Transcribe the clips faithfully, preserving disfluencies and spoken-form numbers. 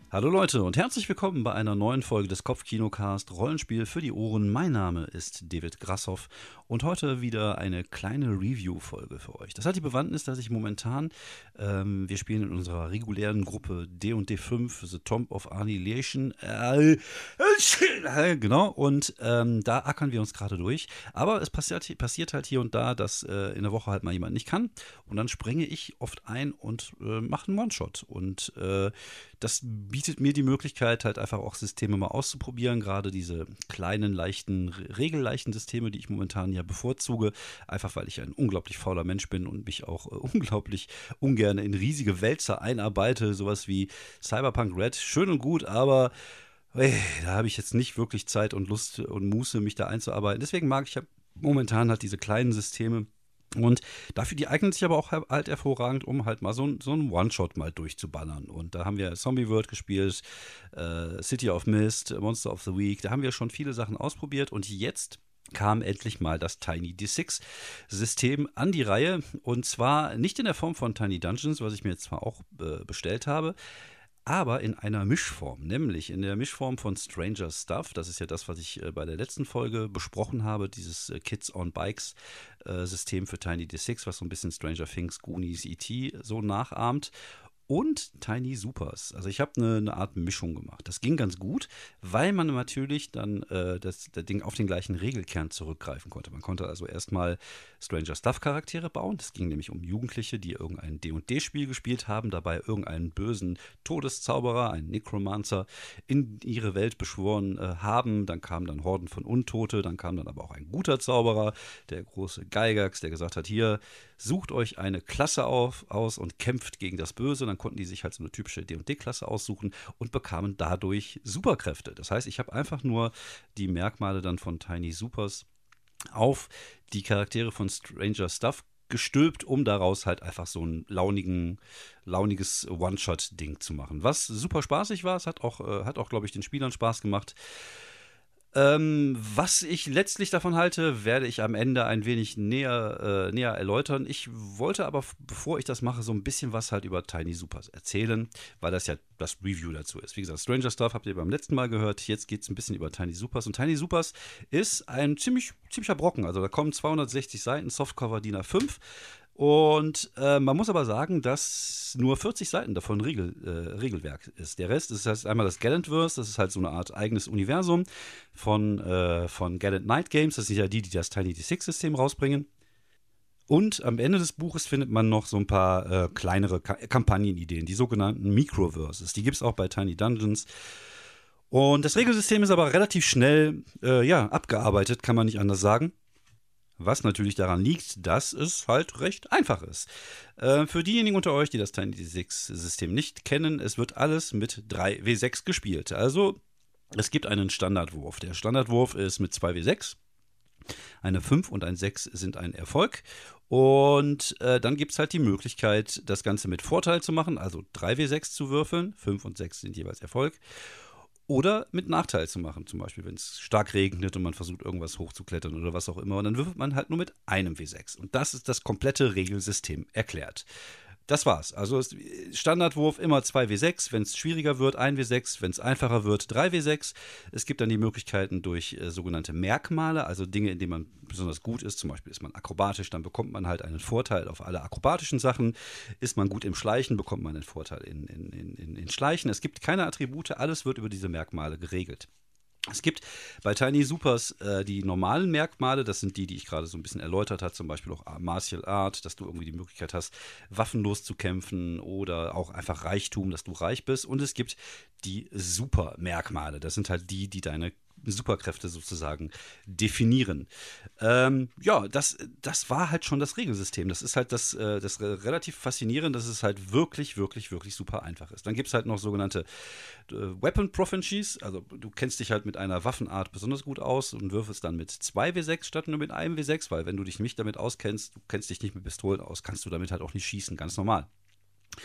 Hallo Leute und herzlich willkommen bei einer neuen Folge des Kopfkinocast Rollenspiel für die Ohren. Mein Name ist David Grashoff und heute wieder eine kleine Review-Folge für euch. Das hat die Bewandtnis, dass ich momentan, ähm, wir spielen in unserer regulären Gruppe D und D fünf, The Tomb of Annihilation, äh, äh, genau, und ähm, da ackern wir uns gerade durch. Aber es passiert, passiert halt hier und da, dass äh, in der Woche halt mal jemand nicht kann und dann springe ich oft ein und äh, mache einen One-Shot und äh, das bietet mir die Möglichkeit, halt einfach auch Systeme mal auszuprobieren. Gerade diese kleinen, leichten, regelleichten Systeme, die ich momentan ja bevorzuge. Einfach weil ich ein unglaublich fauler Mensch bin und mich auch äh, unglaublich ungern in riesige Wälzer einarbeite. Sowas wie Cyberpunk Red. Schön und gut, aber ey, da habe ich jetzt nicht wirklich Zeit und Lust und Muße, mich da einzuarbeiten. Deswegen mag ich ja momentan halt diese kleinen Systeme. Und dafür, die eignen sich aber auch halt hervorragend, um halt mal so, ein- so einen One-Shot mal durchzuballern. Und da haben wir Zombie World gespielt, äh, City of Mist, Monster of the Week, da haben wir schon viele Sachen ausprobiert und jetzt kam endlich mal das Tiny D sechs System an die Reihe. Und zwar nicht in der Form von Tiny Dungeons, was ich mir jetzt zwar auch äh, bestellt habe, aber in einer Mischform, nämlich in der Mischform von Stranger Stuff. Das ist ja das, was ich äh, bei der letzten Folge besprochen habe, dieses äh, Kids on Bikes äh, System für Tiny D sechs, was so ein bisschen Stranger Things, Goonies, E T so nachahmt. Und Tiny Supers. Also ich habe eine, eine Art Mischung gemacht. Das ging ganz gut, weil man natürlich dann äh, das, das Ding auf den gleichen Regelkern zurückgreifen konnte. Man konnte also erstmal Stranger Stuff Charaktere bauen. Das ging nämlich um Jugendliche, die irgendein D und D-Spiel gespielt haben, dabei irgendeinen bösen Todeszauberer, einen Necromancer, in ihre Welt beschworen äh, haben. Dann kamen dann Horden von Untote, dann kam dann aber auch ein guter Zauberer, der große Gygax, der gesagt hat, hier, sucht euch eine Klasse auf, aus und kämpft gegen das Böse. Dann konnten die sich halt so eine typische D und D-Klasse aussuchen und bekamen dadurch Superkräfte. Das heißt, ich habe einfach nur die Merkmale dann von Tiny Supers auf die Charaktere von Stranger Stuff gestülpt, um daraus halt einfach so ein launigen, launiges One-Shot-Ding zu machen. Was super spaßig war, es hat auch, äh, hat auch, glaube ich, den Spielern Spaß gemacht. Ähm, was ich letztlich davon halte, werde ich am Ende ein wenig näher, äh, näher erläutern. Ich wollte aber, f- bevor ich das mache, so ein bisschen was halt über Tiny Supers erzählen, weil das ja das Review dazu ist. Wie gesagt, Stranger Stuff habt ihr beim letzten Mal gehört. Jetzt geht es ein bisschen über Tiny Supers. Und Tiny Supers ist ein ziemlich, ziemlicher Brocken. Also da kommen zweihundertsechzig Seiten, Softcover D I N A fünf. Und äh, man muss aber sagen, dass nur vierzig Seiten davon Regel, äh, Regelwerk ist. Der Rest ist halt einmal das Gallantverse, das ist halt so eine Art eigenes Universum von, äh, von Gallant Knight Games. Das sind ja die, die das Tiny D sechs System rausbringen. Und am Ende des Buches findet man noch so ein paar äh, kleinere Ka Kampagnenideen, die sogenannten Microverses. Die gibt es auch bei Tiny Dungeons. Und das Regelsystem ist aber relativ schnell äh, ja, abgearbeitet, kann man nicht anders sagen. Was natürlich daran liegt, dass es halt recht einfach ist. Äh, für diejenigen unter euch, die das Tiny D sechs System nicht kennen, es wird alles mit drei W sechs gespielt. Also es gibt einen Standardwurf. Der Standardwurf ist mit zwei W sechs. Eine fünf und ein sechs sind ein Erfolg. Und äh, dann gibt es halt die Möglichkeit, das Ganze mit Vorteil zu machen, also drei W sechs zu würfeln. fünf und sechs sind jeweils Erfolg. Oder mit Nachteil zu machen, zum Beispiel, wenn es stark regnet und man versucht, irgendwas hochzuklettern oder was auch immer. Und dann würfelt man halt nur mit einem W sechs. Und das ist das komplette Regelsystem erklärt. Das war's. Also ist Standardwurf immer zwei W sechs, wenn es schwieriger wird, ein W sechs, wenn es einfacher wird, drei W sechs. Es gibt dann die Möglichkeiten durch äh, sogenannte Merkmale, also Dinge, in denen man besonders gut ist. Zum Beispiel ist man akrobatisch, dann bekommt man halt einen Vorteil auf alle akrobatischen Sachen. Ist man gut im Schleichen, bekommt man einen Vorteil in, in, in, in Schleichen. Es gibt keine Attribute, alles wird über diese Merkmale geregelt. Es gibt bei Tiny Supers äh, die normalen Merkmale, das sind die, die ich gerade so ein bisschen erläutert habe, zum Beispiel auch Martial Art, dass du irgendwie die Möglichkeit hast, waffenlos zu kämpfen oder auch einfach Reichtum, dass du reich bist. Und es gibt die Super-Merkmale, das sind halt die, die deine Superkräfte sozusagen definieren. Ähm, ja, das, das war halt schon das Regelsystem. Das ist halt das, äh, das relativ faszinierend, dass es halt wirklich, wirklich, wirklich super einfach ist. Dann gibt es halt noch sogenannte äh, Weapon Proficiencies. Also du kennst dich halt mit einer Waffenart besonders gut aus und würfelst dann mit zwei W sechs statt nur mit einem W sechs, weil wenn du dich nicht damit auskennst, du kennst dich nicht mit Pistolen aus, kannst du damit halt auch nicht schießen, ganz normal.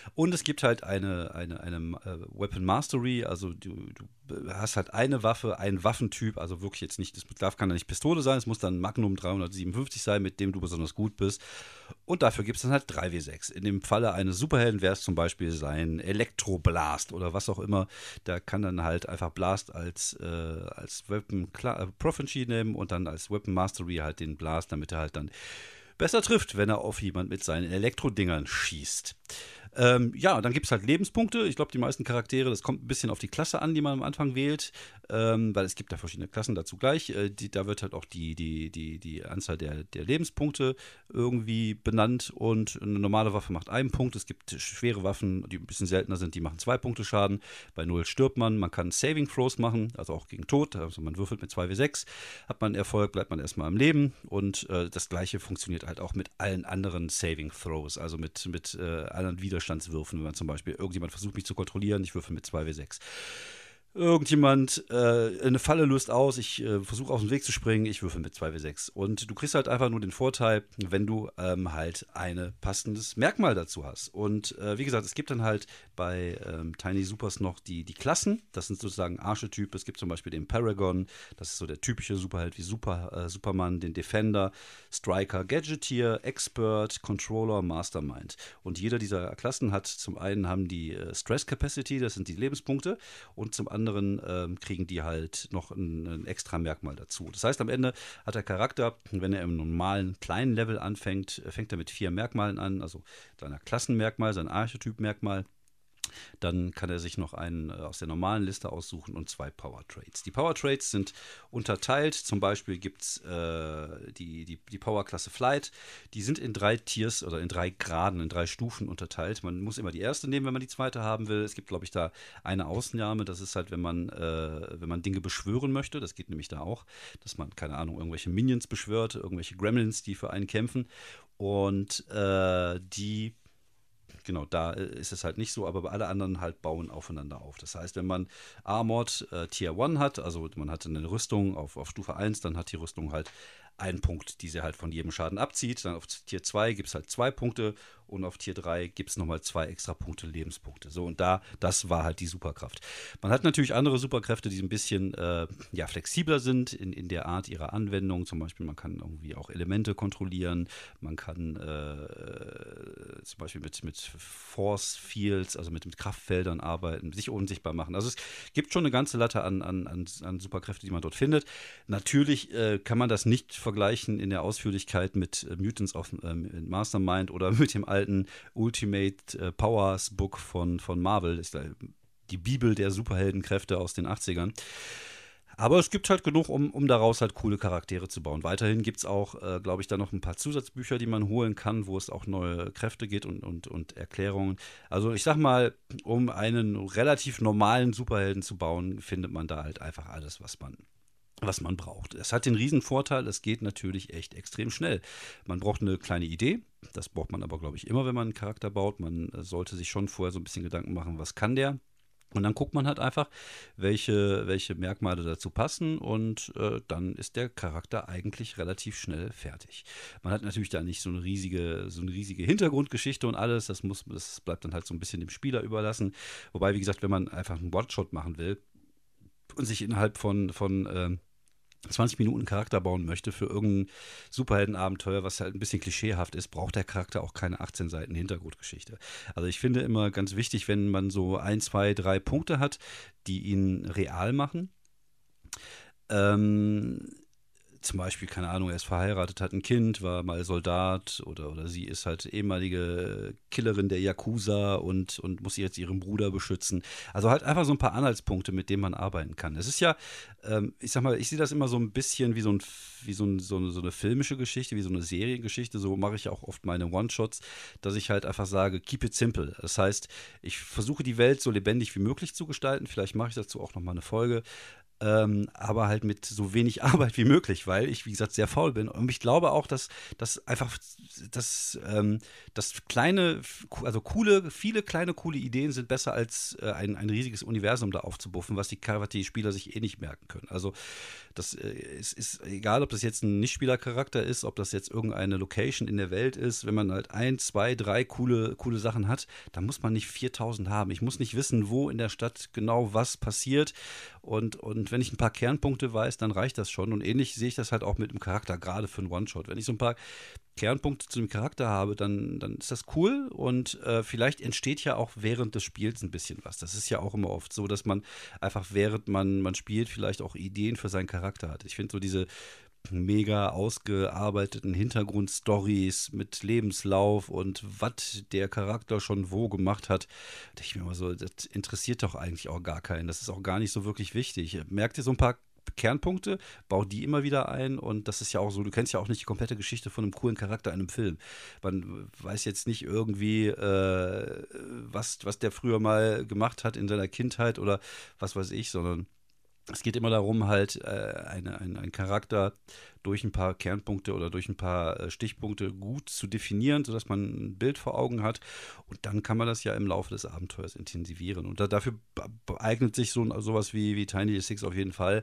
Und es gibt halt eine, eine, eine äh, Weapon Mastery, also du, du hast halt eine Waffe, einen Waffentyp, also wirklich jetzt nicht, das darf kann ja nicht Pistole sein, es muss dann Magnum dreihundertsiebenundfünfzig sein, mit dem du besonders gut bist. Und dafür gibt es dann halt drei W sechs. In dem Falle eines Superhelden wäre es zum Beispiel sein Elektroblast oder was auch immer. Da kann dann halt einfach Blast als, äh, als Weapon äh, Proficiency nehmen und dann als Weapon Mastery halt den Blast, damit er halt dann besser trifft, wenn er auf jemand mit seinen Elektrodingern schießt. Ähm, ja, dann gibt es halt Lebenspunkte. Ich glaube, die meisten Charaktere, das kommt ein bisschen auf die Klasse an, die man am Anfang wählt, ähm, weil es gibt da verschiedene Klassen dazu gleich. Äh, die, da wird halt auch die, die, die, die Anzahl der, der Lebenspunkte irgendwie benannt und eine normale Waffe macht einen Punkt. Es gibt schwere Waffen, die ein bisschen seltener sind, die machen zwei Punkte Schaden. Bei null stirbt man. Man kann Saving Throws machen, also auch gegen Tod. Also man würfelt mit zwei W sechs. Hat man Erfolg, bleibt man erstmal am Leben und äh, das gleiche funktioniert halt auch mit allen anderen Saving Throws, also mit, mit äh, anderen Widerständen. Widerstandswürfen, wenn man zum Beispiel irgendjemand versucht, mich zu kontrollieren, ich würfel mit zwei W sechs. Irgendjemand, äh, eine Falle löst aus, ich äh, versuche auf den Weg zu springen, ich würfel mit zwei W sechs. Und du kriegst halt einfach nur den Vorteil, wenn du ähm, halt ein passendes Merkmal dazu hast. Und äh, wie gesagt, es gibt dann halt bei ähm, Tiny Supers noch die, die Klassen, das sind sozusagen Archetype. Es gibt zum Beispiel den Paragon, das ist so der typische Superheld wie Super, äh, Superman, den Defender, Striker, Gadgeteer, Expert, Controller, Mastermind. Und jeder dieser Klassen hat, zum einen haben die äh, Stress Capacity, das sind die Lebenspunkte, und zum anderen anderen ähm, kriegen die halt noch ein, ein extra Merkmal dazu. Das heißt, am Ende hat der Charakter, wenn er im normalen kleinen Level anfängt, fängt er mit vier Merkmalen an, also seiner Klassenmerkmal, sein Archetypmerkmal. Dann kann er sich noch einen aus der normalen Liste aussuchen und zwei Power Traits. Die Power Traits sind unterteilt. Zum Beispiel gibt es äh, die, die, die Powerklasse Flight. Die sind in drei Tiers oder in drei Graden, in drei Stufen unterteilt. Man muss immer die erste nehmen, wenn man die zweite haben will. Es gibt, glaube ich, da eine Ausnahme. Das ist halt, wenn man, äh, wenn man Dinge beschwören möchte. Das geht nämlich da auch, dass man, keine Ahnung, irgendwelche Minions beschwört, irgendwelche Gremlins, die für einen kämpfen. Und äh, die Genau, da ist es halt nicht so, aber bei alle anderen halt bauen aufeinander auf. Das heißt, wenn man Armored äh, Tier eins hat, also man hat eine Rüstung auf, auf Stufe eins, dann hat die Rüstung halt einen Punkt, die sie halt von jedem Schaden abzieht. Dann auf Tier zwei gibt es halt zwei Punkte und auf Tier drei gibt es nochmal zwei extra Punkte Lebenspunkte. So, und da, das war halt die Superkraft. Man hat natürlich andere Superkräfte, die ein bisschen äh, ja, flexibler sind in, in der Art ihrer Anwendung. Zum Beispiel, man kann irgendwie auch Elemente kontrollieren. Man kann äh, zum Beispiel mit, mit Force Fields, also mit, mit Kraftfeldern arbeiten, sich unsichtbar machen. Also es gibt schon eine ganze Latte an, an, an, an Superkräfte, die man dort findet. Natürlich äh, kann man das nicht vergleichen in der Ausführlichkeit mit äh, Mutants of ähm, Mastermind oder mit dem alten Ultimate äh, Powers Book von, von Marvel. Das ist die Bibel der Superheldenkräfte aus den achtzigern. Aber es gibt halt genug, um, um daraus halt coole Charaktere zu bauen. Weiterhin gibt es auch, äh, glaube ich, da noch ein paar Zusatzbücher, die man holen kann, wo es auch neue Kräfte geht und, und, und Erklärungen. Also ich sag mal, um einen relativ normalen Superhelden zu bauen, findet man da halt einfach alles, was man was man braucht. Es hat den riesen Vorteil, es geht natürlich echt extrem schnell. Man braucht eine kleine Idee, das braucht man aber, glaube ich, immer, wenn man einen Charakter baut. Man sollte sich schon vorher so ein bisschen Gedanken machen, was kann der? Und dann guckt man halt einfach, welche, welche Merkmale dazu passen und äh, dann ist der Charakter eigentlich relativ schnell fertig. Man hat natürlich da nicht so eine riesige, so eine riesige Hintergrundgeschichte und alles, das, muss, das bleibt dann halt so ein bisschen dem Spieler überlassen. Wobei, wie gesagt, wenn man einfach einen One-Shot machen will und sich innerhalb von, von äh, zwanzig Minuten Charakter bauen möchte für irgendein Superheldenabenteuer, was halt ein bisschen klischeehaft ist, braucht der Charakter auch keine achtzehn Seiten Hintergrundgeschichte. Also ich finde immer ganz wichtig, wenn man so ein, zwei, drei Punkte hat, die ihn real machen. Ähm, zum Beispiel, keine Ahnung, er ist verheiratet, hat ein Kind, war mal Soldat oder, oder sie ist halt ehemalige Killerin der Yakuza und, und muss jetzt ihren Bruder beschützen. Also halt einfach so ein paar Anhaltspunkte, mit denen man arbeiten kann. Es ist ja, ähm, ich sag mal, ich sehe das immer so ein bisschen wie so, ein, wie so, ein, so, eine, so eine filmische Geschichte, wie so eine Seriengeschichte. So mache ich auch oft meine One-Shots, dass ich halt einfach sage, keep it simple. Das heißt, ich versuche die Welt so lebendig wie möglich zu gestalten. Vielleicht mache ich dazu auch nochmal eine Folge. Ähm, aber halt mit so wenig Arbeit wie möglich, weil ich, wie gesagt, sehr faul bin. Und ich glaube auch, dass, dass einfach dass, ähm, dass kleine, also coole, viele kleine, coole Ideen sind besser als äh, ein, ein riesiges Universum da aufzubuffen, was die, was die Spieler sich eh nicht merken können. Also das äh, ist, ist egal, ob das jetzt ein Nichtspielercharakter ist, ob das jetzt irgendeine Location in der Welt ist. Wenn man halt ein, zwei, drei coole, coole Sachen hat, dann muss man nicht viertausend haben. Ich muss nicht wissen, wo in der Stadt genau was passiert. Und, und wenn ich ein paar Kernpunkte weiß, dann reicht das schon. Und ähnlich sehe ich das halt auch mit dem Charakter, gerade für einen One-Shot. Wenn ich so ein paar Kernpunkte zu dem Charakter habe, dann, dann ist das cool und äh, vielleicht entsteht ja auch während des Spiels ein bisschen was. Das ist ja auch immer oft so, dass man einfach während man, man spielt vielleicht auch Ideen für seinen Charakter hat. Ich finde so diese mega ausgearbeiteten Hintergrundstories mit Lebenslauf und was der Charakter schon wo gemacht hat, denke ich mir immer so, das interessiert doch eigentlich auch gar keinen. Das ist auch gar nicht so wirklich wichtig. Merkt ihr so ein paar Kernpunkte, bau die immer wieder ein und das ist ja auch so, du kennst ja auch nicht die komplette Geschichte von einem coolen Charakter in einem Film. Man weiß jetzt nicht irgendwie, äh, was, was der früher mal gemacht hat in seiner Kindheit oder was weiß ich, sondern es geht immer darum, halt äh, eine, ein, einen Charakter durch ein paar Kernpunkte oder durch ein paar äh, Stichpunkte gut zu definieren, sodass man ein Bild vor Augen hat. Und dann kann man das ja im Laufe des Abenteuers intensivieren. Und da, dafür eignet sich so sowas wie, wie Tiny Six auf jeden Fall.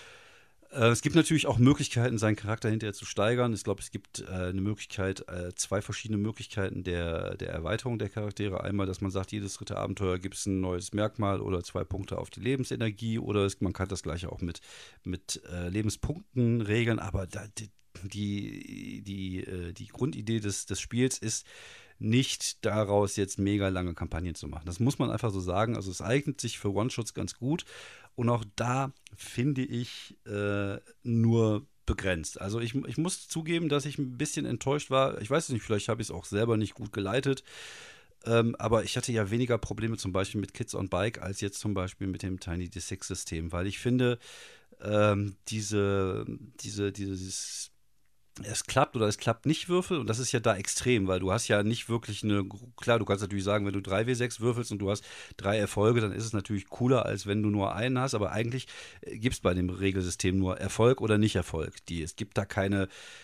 Äh, es gibt natürlich auch Möglichkeiten, seinen Charakter hinterher zu steigern. Ich glaube, es gibt äh, eine Möglichkeit, äh, zwei verschiedene Möglichkeiten der, der Erweiterung der Charaktere. Einmal, dass man sagt, jedes dritte Abenteuer gibt es ein neues Merkmal oder zwei Punkte auf die Lebensenergie. Oder es, man kann das gleiche auch mit, mit äh, Lebenspunkten regeln. Aber da, die, die, die, äh, die Grundidee des, des Spiels ist, nicht daraus jetzt mega lange Kampagnen zu machen. Das muss man einfach so sagen. Also es eignet sich für One-Shots ganz gut. Und auch da finde ich äh, nur begrenzt. Also ich, ich muss zugeben, dass ich ein bisschen enttäuscht war. Ich weiß nicht, vielleicht habe ich es auch selber nicht gut geleitet. Ähm, aber ich hatte ja weniger Probleme zum Beispiel mit Kids on Bike als jetzt zum Beispiel mit dem Tiny D sechs System, weil ich finde, ähm, diese, diese, dieses es klappt oder es klappt nicht Würfel und das ist ja da extrem, weil du hast ja nicht wirklich eine, klar, du kannst natürlich sagen, wenn du drei W sechs würfelst und du hast drei Erfolge, dann ist es natürlich cooler, als wenn du nur einen hast, aber eigentlich gibt es bei dem Regelsystem nur Erfolg oder Nicht-Erfolg. Die, es gibt da keine,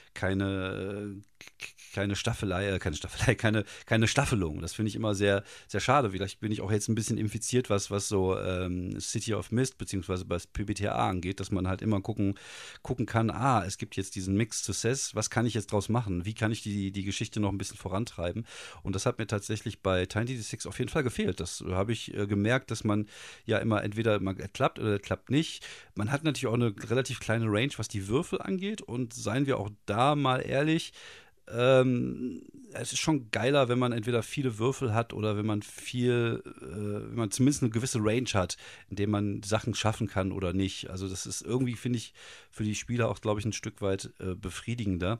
keine, keine Staffelei, äh, keine Staffelei, keine, keine Staffelung. Das finde ich immer sehr, sehr schade. Vielleicht bin ich auch jetzt ein bisschen infiziert, was, was so ähm, City of Mist beziehungsweise bei P B T A angeht, dass man halt immer gucken, gucken kann, ah, es gibt jetzt diesen Mix Success, was kann ich jetzt draus machen? Wie kann ich die, die Geschichte noch ein bisschen vorantreiben? Und das hat mir tatsächlich bei Tiny D sechs auf jeden Fall gefehlt. Das habe ich äh, gemerkt, dass man ja immer entweder man klappt oder klappt nicht. Man hat natürlich auch eine relativ kleine Range, was die Würfel angeht und seien wir auch da mal ehrlich, ähm, es ist schon geiler, wenn man entweder viele Würfel hat oder wenn man viel, äh, wenn man zumindest eine gewisse Range hat, in dem man Sachen schaffen kann oder nicht. Also das ist irgendwie, finde ich, für die Spieler auch, glaube ich, ein Stück weit äh, befriedigender.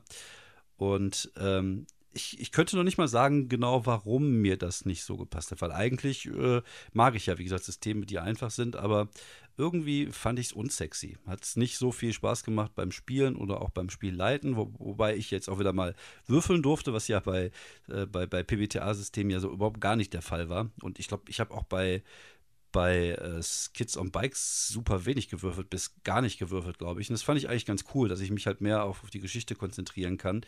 Und ähm, ich, ich könnte noch nicht mal sagen, genau warum mir das nicht so gepasst hat, weil eigentlich äh, mag ich ja, wie gesagt, Systeme, die einfach sind, aber irgendwie fand ich es unsexy. Hat es nicht so viel Spaß gemacht beim Spielen oder auch beim Spielleiten, wo, wobei ich jetzt auch wieder mal würfeln durfte, was ja bei, äh, bei, bei P B T A-Systemen ja so überhaupt gar nicht der Fall war. Und ich glaube, ich habe auch bei, bei äh, Kids on Bikes super wenig gewürfelt, bis gar nicht gewürfelt, glaube ich. Und das fand ich eigentlich ganz cool, dass ich mich halt mehr auf, auf die Geschichte konzentrieren kann.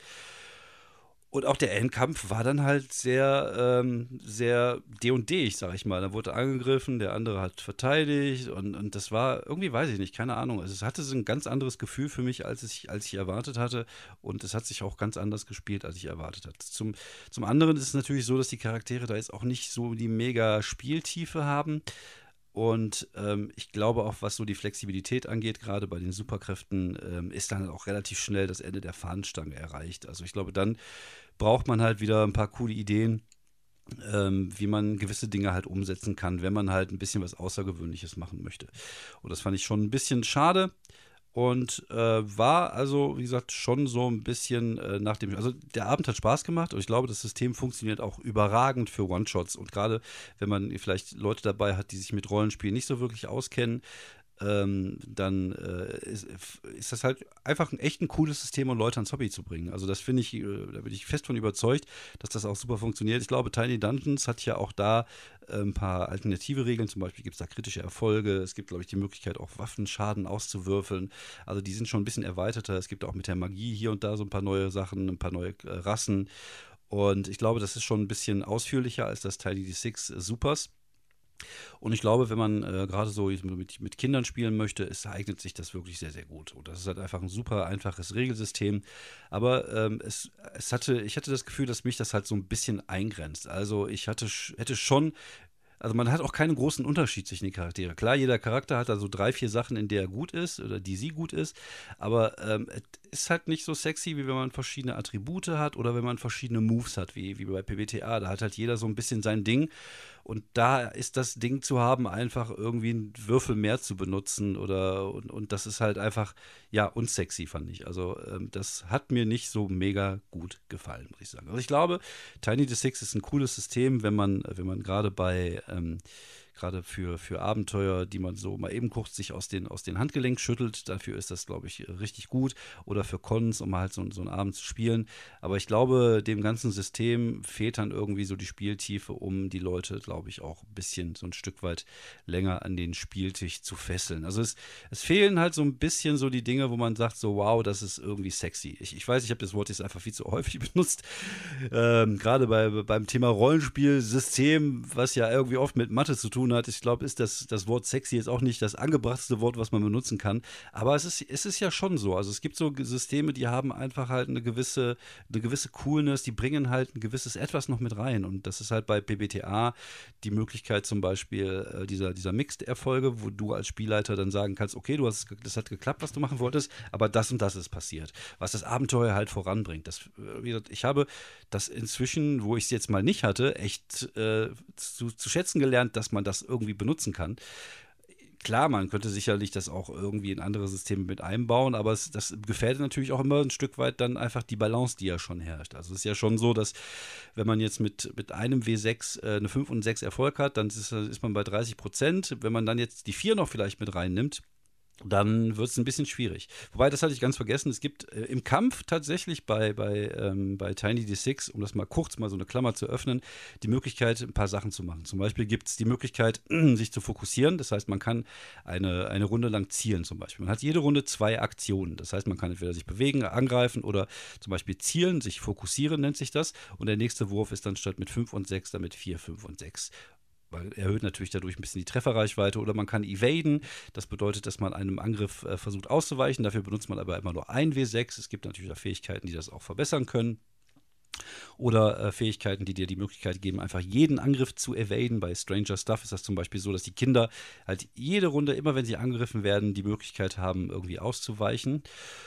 Und auch der Endkampf war dann halt sehr, ähm, sehr D und D-ig, sag ich mal. Da wurde angegriffen, der andere hat verteidigt und, und das war, irgendwie weiß ich nicht, keine Ahnung. Also es hatte so ein ganz anderes Gefühl für mich, als ich, als ich erwartet hatte und es hat sich auch ganz anders gespielt, als ich erwartet hatte. Zum, zum anderen ist es natürlich so, dass die Charaktere da jetzt auch nicht so die mega Spieltiefe haben. Und ähm, ich glaube auch, was so die Flexibilität angeht, gerade bei den Superkräften, ähm, ist dann auch relativ schnell das Ende der Fahnenstange erreicht. Also ich glaube, dann braucht man halt wieder ein paar coole Ideen, ähm, wie man gewisse Dinge halt umsetzen kann, wenn man halt ein bisschen was Außergewöhnliches machen möchte. Und das fand ich schon ein bisschen schade. Und äh, war also, wie gesagt, schon so ein bisschen äh, nach dem. Also, der Abend hat Spaß gemacht und ich glaube, das System funktioniert auch überragend für One-Shots. Und gerade, wenn man vielleicht Leute dabei hat, die sich mit Rollenspielen nicht so wirklich auskennen, ähm, dann äh, ist, ist das halt einfach ein echt ein cooles System, um Leute ans Hobby zu bringen. Also das finde ich, äh, da bin ich fest von überzeugt, dass das auch super funktioniert. Ich glaube, Tiny Dungeons hat ja auch da äh, ein paar alternative Regeln. Zum Beispiel gibt es da kritische Erfolge. Es gibt, glaube ich, die Möglichkeit, auch Waffenschaden auszuwürfeln. Also die sind schon ein bisschen erweiterter. Es gibt auch mit der Magie hier und da so ein paar neue Sachen, ein paar neue äh, Rassen. Und ich glaube, das ist schon ein bisschen ausführlicher als das Tiny D sechs Supers. Und ich glaube, wenn man äh, gerade so mit, mit Kindern spielen möchte, es eignet sich das wirklich sehr, sehr gut. Und das ist halt einfach ein super einfaches Regelsystem. Aber ähm, es, es hatte, ich hatte das Gefühl, dass mich das halt so ein bisschen eingrenzt. Also ich hatte, hätte schon also man hat auch keinen großen Unterschied zwischen den Charakteren. Klar, jeder Charakter hat da so drei, vier Sachen, in der er gut ist oder die sie gut ist, aber ähm, es ist halt nicht so sexy, wie wenn man verschiedene Attribute hat oder wenn man verschiedene Moves hat, wie, wie bei P B T A. Da hat halt jeder so ein bisschen sein Ding und da ist das Ding zu haben, einfach irgendwie einen Würfel mehr zu benutzen oder und, und das ist halt einfach, ja, unsexy, fand ich. Also ähm, das hat mir nicht so mega gut gefallen, muss ich sagen. Also ich glaube, Tiny D sechs ist ein cooles System, wenn man, wenn man gerade bei ähm, gerade für, für Abenteuer, die man so mal eben kurz sich aus den, aus den Handgelenk schüttelt. Dafür ist das, glaube ich, richtig gut. Oder für Cons, um halt so, so einen Abend zu spielen. Aber ich glaube, dem ganzen System fehlt dann irgendwie so die Spieltiefe, um die Leute, glaube ich, auch ein bisschen so ein Stück weit länger an den Spieltisch zu fesseln. Also es, es fehlen halt so ein bisschen so die Dinge, wo man sagt, so wow, das ist irgendwie sexy. Ich, ich weiß, ich habe das Wort jetzt einfach viel zu häufig benutzt. Ähm, gerade bei, beim Thema Rollenspielsystem, was ja irgendwie oft mit Mathe zu tun hat. Ich glaube, ist das, das Wort sexy jetzt auch nicht das angebrachteste Wort, was man benutzen kann. Aber es ist, es ist ja schon so. Also es gibt so Systeme, die haben einfach halt eine gewisse, eine gewisse Coolness, die bringen halt ein gewisses Etwas noch mit rein. Und das ist halt bei P B T A die Möglichkeit zum Beispiel äh, dieser, dieser Mixed-Erfolge, wo du als Spielleiter dann sagen kannst, okay, du hast, das hat geklappt, was du machen wolltest, aber das und das ist passiert. Was das Abenteuer halt voranbringt. Das, wie gesagt, ich habe das inzwischen, wo ich es jetzt mal nicht hatte, echt äh, zu, zu schätzen gelernt, dass man das irgendwie benutzen kann. Klar, man könnte sicherlich das auch irgendwie in andere Systeme mit einbauen, aber es, das gefährdet natürlich auch immer ein Stück weit dann einfach die Balance, die ja schon herrscht. Also es ist ja schon so, dass wenn man jetzt mit, mit einem W sechs äh, eine fünf und sechs Erfolg hat, dann ist, ist man bei dreißig Prozent. Wenn man dann jetzt die vier noch vielleicht mit reinnimmt, dann wird es ein bisschen schwierig. Wobei, das hatte ich ganz vergessen, es gibt äh, im Kampf tatsächlich bei, bei, ähm, bei Tiny D sechs, um das mal kurz mal so eine Klammer zu öffnen, die Möglichkeit, ein paar Sachen zu machen. Zum Beispiel gibt es die Möglichkeit, sich zu fokussieren. Das heißt, man kann eine, eine Runde lang zielen zum Beispiel. Man hat jede Runde zwei Aktionen. Das heißt, man kann entweder sich bewegen, angreifen oder zum Beispiel zielen, sich fokussieren nennt sich das. Und der nächste Wurf ist dann statt mit fünf und sechs, damit vier, fünf und sechs. Weil erhöht natürlich dadurch ein bisschen die Trefferreichweite oder man kann evaden. Das bedeutet, dass man einem Angriff äh, versucht auszuweichen. Dafür benutzt man aber immer nur ein W sechs. Es gibt natürlich auch Fähigkeiten, die das auch verbessern können. Oder äh, Fähigkeiten, die dir die Möglichkeit geben, einfach jeden Angriff zu evaden. Bei Stranger Stuff ist das zum Beispiel so, dass die Kinder halt jede Runde, immer wenn sie angegriffen werden, die Möglichkeit haben, irgendwie auszuweichen.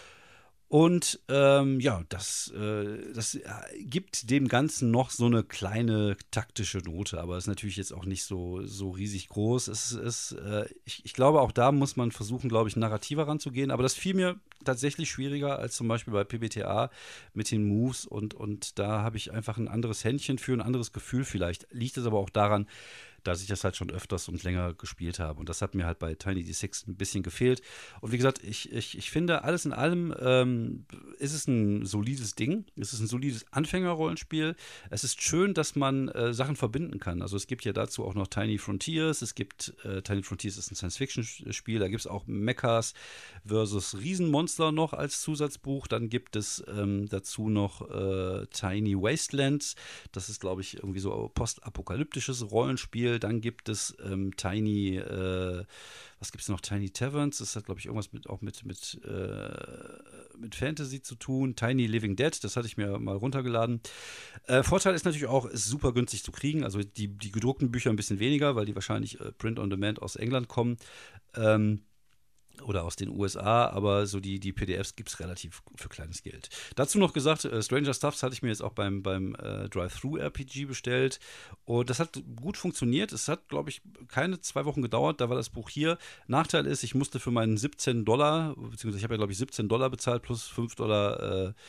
Und ähm, ja, das, äh, das äh, gibt dem Ganzen noch so eine kleine taktische Note, aber ist natürlich jetzt auch nicht so, so riesig groß. Es ist, äh, ich, ich glaube, auch da muss man versuchen, glaube ich, narrativer ranzugehen, aber das fiel mir tatsächlich schwieriger als zum Beispiel bei P B T A mit den Moves und, und da habe ich einfach ein anderes Händchen für, ein anderes Gefühl vielleicht. Liegt es aber auch daran, dass ich das halt schon öfters und länger gespielt habe. Und das hat mir halt bei Tiny D sechs ein bisschen gefehlt. Und wie gesagt, ich, ich, ich finde, alles in allem ähm, ist es ein solides Ding. Es ist ein solides Anfängerrollenspiel. Es ist schön, dass man äh, Sachen verbinden kann. Also es gibt ja dazu auch noch Tiny Frontiers. Es gibt, äh, Tiny Frontiers ist ein Science-Fiction-Spiel. Da gibt es auch Mechas versus Riesenmonster noch als Zusatzbuch. Dann gibt es ähm, dazu noch äh, Tiny Wastelands. Das ist, glaube ich, irgendwie so postapokalyptisches Rollenspiel. Dann gibt es ähm, Tiny, äh, was gibt es noch? Tiny Taverns. Das hat, glaube ich, irgendwas mit, auch mit, mit, äh, mit Fantasy zu tun. Tiny Living Dead, das hatte ich mir mal runtergeladen. Äh, Vorteil ist natürlich auch, ist super günstig zu kriegen. Also die, die gedruckten Bücher ein bisschen weniger, weil die wahrscheinlich äh, Print on Demand aus England kommen. Ähm, oder aus den U S A, aber so die, die P D Fs gibt es relativ für kleines Geld. Dazu noch gesagt, äh, Stranger Stuffs hatte ich mir jetzt auch beim, beim äh, Drive-Thru-R P G bestellt und das hat gut funktioniert. Es hat, glaube ich, keine zwei Wochen gedauert, da war das Buch hier. Nachteil ist, ich musste für meinen siebzehn Dollar, beziehungsweise ich habe ja, glaube ich, siebzehn Dollar bezahlt plus fünf Dollar äh,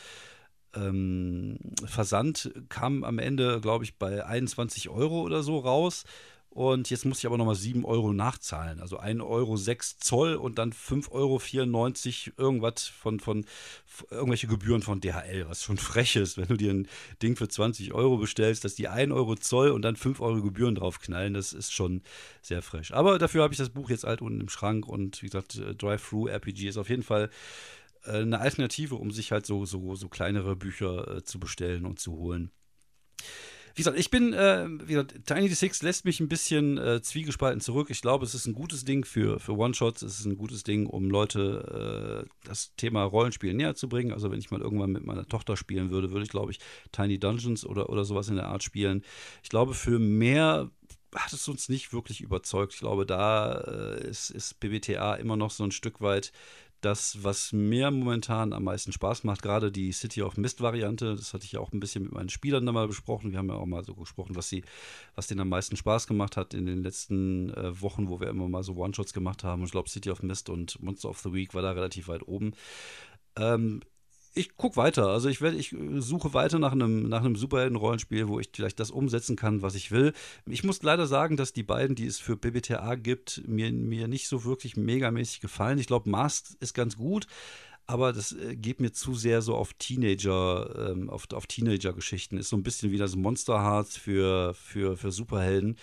ähm, Versand, kam am Ende, glaube ich, bei einundzwanzig Euro oder so raus. Und jetzt muss ich aber nochmal sieben Euro nachzahlen. Also ein Euro sechs Zoll und dann fünf Euro vierundneunzig irgendwas von, von, von irgendwelche Gebühren von D H L, was schon frech ist, wenn du dir ein Ding für zwanzig Euro bestellst, dass die ein Euro Zoll und dann fünf Euro Gebühren draufknallen. Das ist schon sehr frech. Aber dafür habe ich das Buch jetzt halt unten im Schrank und wie gesagt, Drive-Thru-R P G ist auf jeden Fall äh, eine Alternative, um sich halt so, so, so kleinere Bücher äh, zu bestellen und zu holen. Wie gesagt, ich bin, äh, wie gesagt, Tiny D six lässt mich ein bisschen äh, zwiegespalten zurück. Ich glaube, es ist ein gutes Ding für, für One-Shots. Es ist ein gutes Ding, um Leute äh, das Thema Rollenspiel näher zu bringen. Also wenn ich mal irgendwann mit meiner Tochter spielen würde, würde ich, glaube ich, Tiny Dungeons oder, oder sowas in der Art spielen. Ich glaube, für mehr hat es uns nicht wirklich überzeugt. Ich glaube, da äh, ist, ist B B T A immer noch so ein Stück weit das, was mir momentan am meisten Spaß macht, gerade die City of Mist-Variante, das hatte ich ja auch ein bisschen mit meinen Spielern da mal besprochen. Wir haben ja auch mal so gesprochen, was sie, was denen am meisten Spaß gemacht hat in den letzten äh, Wochen, wo wir immer mal so One-Shots gemacht haben. Und ich glaube, City of Mist und Monster of the Week war da relativ weit oben. Ähm, Ich gucke weiter. Also ich werde, ich suche weiter nach einem, nach einem Superhelden-Rollenspiel, wo ich vielleicht das umsetzen kann, was ich will. Ich muss leider sagen, dass die beiden, die es für B B T A gibt, mir, mir nicht so wirklich megamäßig gefallen. Ich glaube, Mask ist ganz gut, aber das äh, geht mir zu sehr so auf Teenager, ähm, auf, auf Teenager-Geschichten. Ist so ein bisschen wie das Monster Hearts für, für, für Superhelden.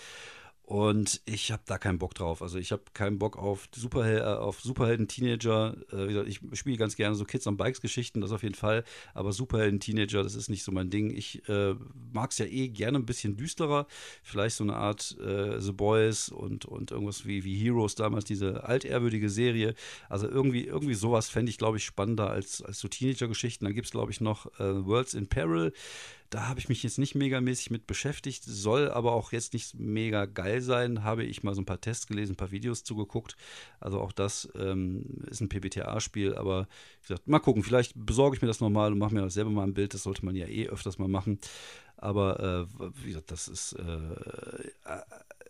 Und ich habe da keinen Bock drauf. Also ich habe keinen Bock auf, Superhel äh, auf Superhelden-Teenager. Äh, wie gesagt, ich spiele ganz gerne so Kids on Bikes-Geschichten, das auf jeden Fall. Aber Superhelden-Teenager, das ist nicht so mein Ding. Ich äh, mag es ja eh gerne ein bisschen düsterer. Vielleicht so eine Art äh, The Boys und, und irgendwas wie, wie Heroes damals, diese altehrwürdige Serie. Also irgendwie, irgendwie sowas fände ich, glaube ich, spannender als, als so Teenager-Geschichten. Dann gibt es, glaube ich, noch äh, Worlds in Peril. Da habe ich mich jetzt nicht megamäßig mit beschäftigt, soll aber auch jetzt nicht mega geil sein. Habe ich mal so ein paar Tests gelesen, ein paar Videos zugeguckt. Also auch das ähm, ist ein P B T A-Spiel, aber wie gesagt, mal gucken, vielleicht besorge ich mir das nochmal und mache mir selber mal ein Bild. Das sollte man ja eh öfters mal machen. Aber äh, wie gesagt, das ist äh, äh,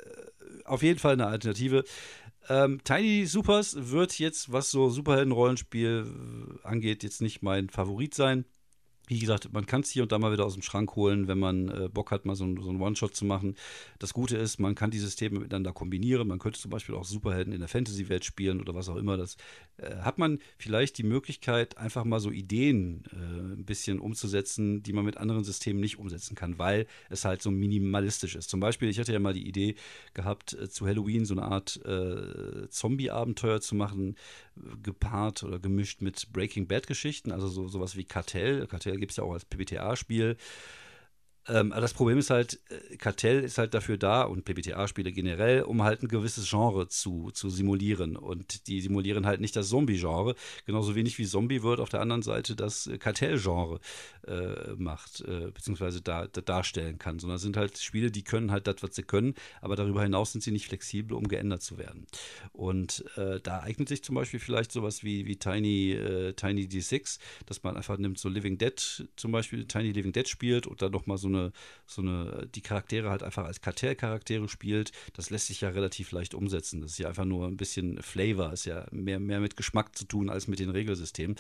auf jeden Fall eine Alternative. Ähm, Tiny Supers wird jetzt, was so Superhelden-Rollenspiel angeht, jetzt nicht mein Favorit sein. Wie gesagt, man kann es hier und da mal wieder aus dem Schrank holen, wenn man äh, Bock hat, mal so, so einen One-Shot zu machen. Das Gute ist, man kann die Systeme miteinander kombinieren. Man könnte zum Beispiel auch Superhelden in der Fantasy-Welt spielen oder was auch immer. Das äh, hat man vielleicht die Möglichkeit, einfach mal so Ideen äh, ein bisschen umzusetzen, die man mit anderen Systemen nicht umsetzen kann, weil es halt so minimalistisch ist. Zum Beispiel, ich hatte ja mal die Idee gehabt, äh, zu Halloween so eine Art äh, Zombie-Abenteuer zu machen, gepaart oder gemischt mit Breaking Bad-Geschichten, also so, sowas wie Kartell. Kartell gibt es ja auch als P B T A-Spiel. Ähm, aber das Problem ist halt, äh, Kartell ist halt dafür da und P B T A-Spiele generell, um halt ein gewisses Genre zu, zu simulieren. Und die simulieren halt nicht das Zombie-Genre, genauso wenig wie Zombie World auf der anderen Seite das äh, Kartell-Genre äh, macht, äh, beziehungsweise da, da, darstellen kann. Sondern es sind halt Spiele, die können halt das, was sie können, aber darüber hinaus sind sie nicht flexibel, um geändert zu werden. Und äh, da eignet sich zum Beispiel vielleicht sowas wie, wie Tiny, äh, Tiny D six, dass man einfach nimmt, so Living Dead zum Beispiel, Tiny Living Dead spielt und dann nochmal so eine, so eine, die Charaktere halt einfach als Kartellcharaktere spielt. Das lässt sich ja relativ leicht umsetzen. Das ist ja einfach nur ein bisschen Flavor, ist ja mehr, mehr mit Geschmack zu tun als mit den Regelsystemen.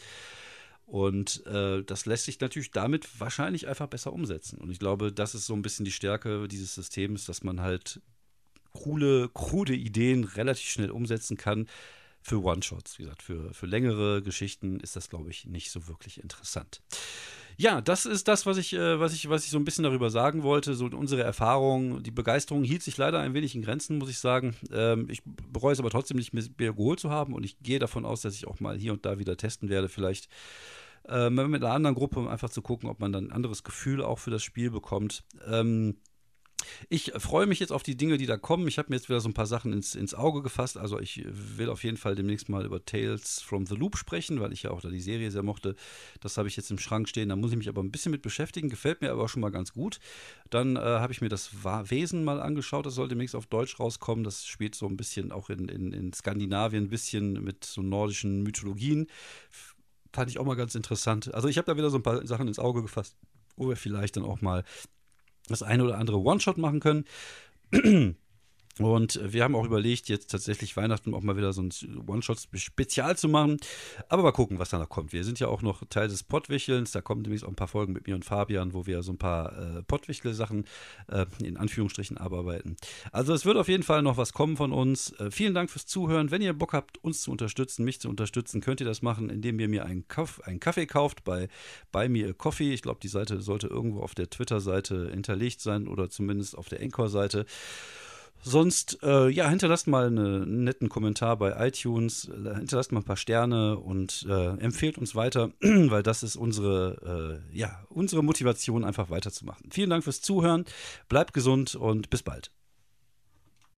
Und äh, das lässt sich natürlich damit wahrscheinlich einfach besser umsetzen. Und ich glaube, das ist so ein bisschen die Stärke dieses Systems, dass man halt coole, krude Ideen relativ schnell umsetzen kann. Für One-Shots, wie gesagt, für, für längere Geschichten ist das, glaube ich, nicht so wirklich interessant. Ja, das ist das, was ich, äh, was ich, was ich so ein bisschen darüber sagen wollte. So unsere Erfahrung, die Begeisterung hielt sich leider ein wenig in Grenzen, muss ich sagen. Ähm, ich bereue es aber trotzdem nicht, mir geholt zu haben und ich gehe davon aus, dass ich auch mal hier und da wieder testen werde, vielleicht äh, mit einer anderen Gruppe, um einfach zu gucken, ob man dann ein anderes Gefühl auch für das Spiel bekommt. Ähm, Ich freue mich jetzt auf die Dinge, die da kommen. Ich habe mir jetzt wieder so ein paar Sachen ins, ins Auge gefasst. Also ich will auf jeden Fall demnächst mal über Tales from the Loop sprechen, weil ich ja auch da die Serie sehr mochte. Das habe ich jetzt im Schrank stehen. Da muss ich mich aber ein bisschen mit beschäftigen. Gefällt mir aber auch schon mal ganz gut. Dann äh, habe ich mir das Wesen mal angeschaut. Das soll demnächst auf Deutsch rauskommen. Das spielt so ein bisschen auch in, in, in Skandinavien, ein bisschen mit so nordischen Mythologien. Fand ich auch mal ganz interessant. Also ich habe da wieder so ein paar Sachen ins Auge gefasst, wo wir vielleicht dann auch mal das eine oder andere One-Shot machen können. Und wir haben auch überlegt, jetzt tatsächlich Weihnachten auch mal wieder so ein One-Shot-Spezial zu machen. Aber mal gucken, was danach kommt. Wir sind ja auch noch Teil des Pottwichelns. Da kommen demnächst auch ein paar Folgen mit mir und Fabian, wo wir so ein paar äh, Pottwichtel-Sachen äh, in Anführungsstrichen abarbeiten. Also es wird auf jeden Fall noch was kommen von uns. Äh, vielen Dank fürs Zuhören. Wenn ihr Bock habt, uns zu unterstützen, mich zu unterstützen, könnt ihr das machen, indem ihr mir einen, Kaff, einen Kaffee kauft bei Buy Me a Coffee. Ich glaube, die Seite sollte irgendwo auf der Twitter-Seite hinterlegt sein oder zumindest auf der Anchor-Seite. Sonst, äh, ja, hinterlasst mal eine, einen netten Kommentar bei iTunes, hinterlasst mal ein paar Sterne und äh, empfehlt uns weiter, weil das ist unsere, äh, ja, unsere Motivation, einfach weiterzumachen. Vielen Dank fürs Zuhören, bleibt gesund und bis bald.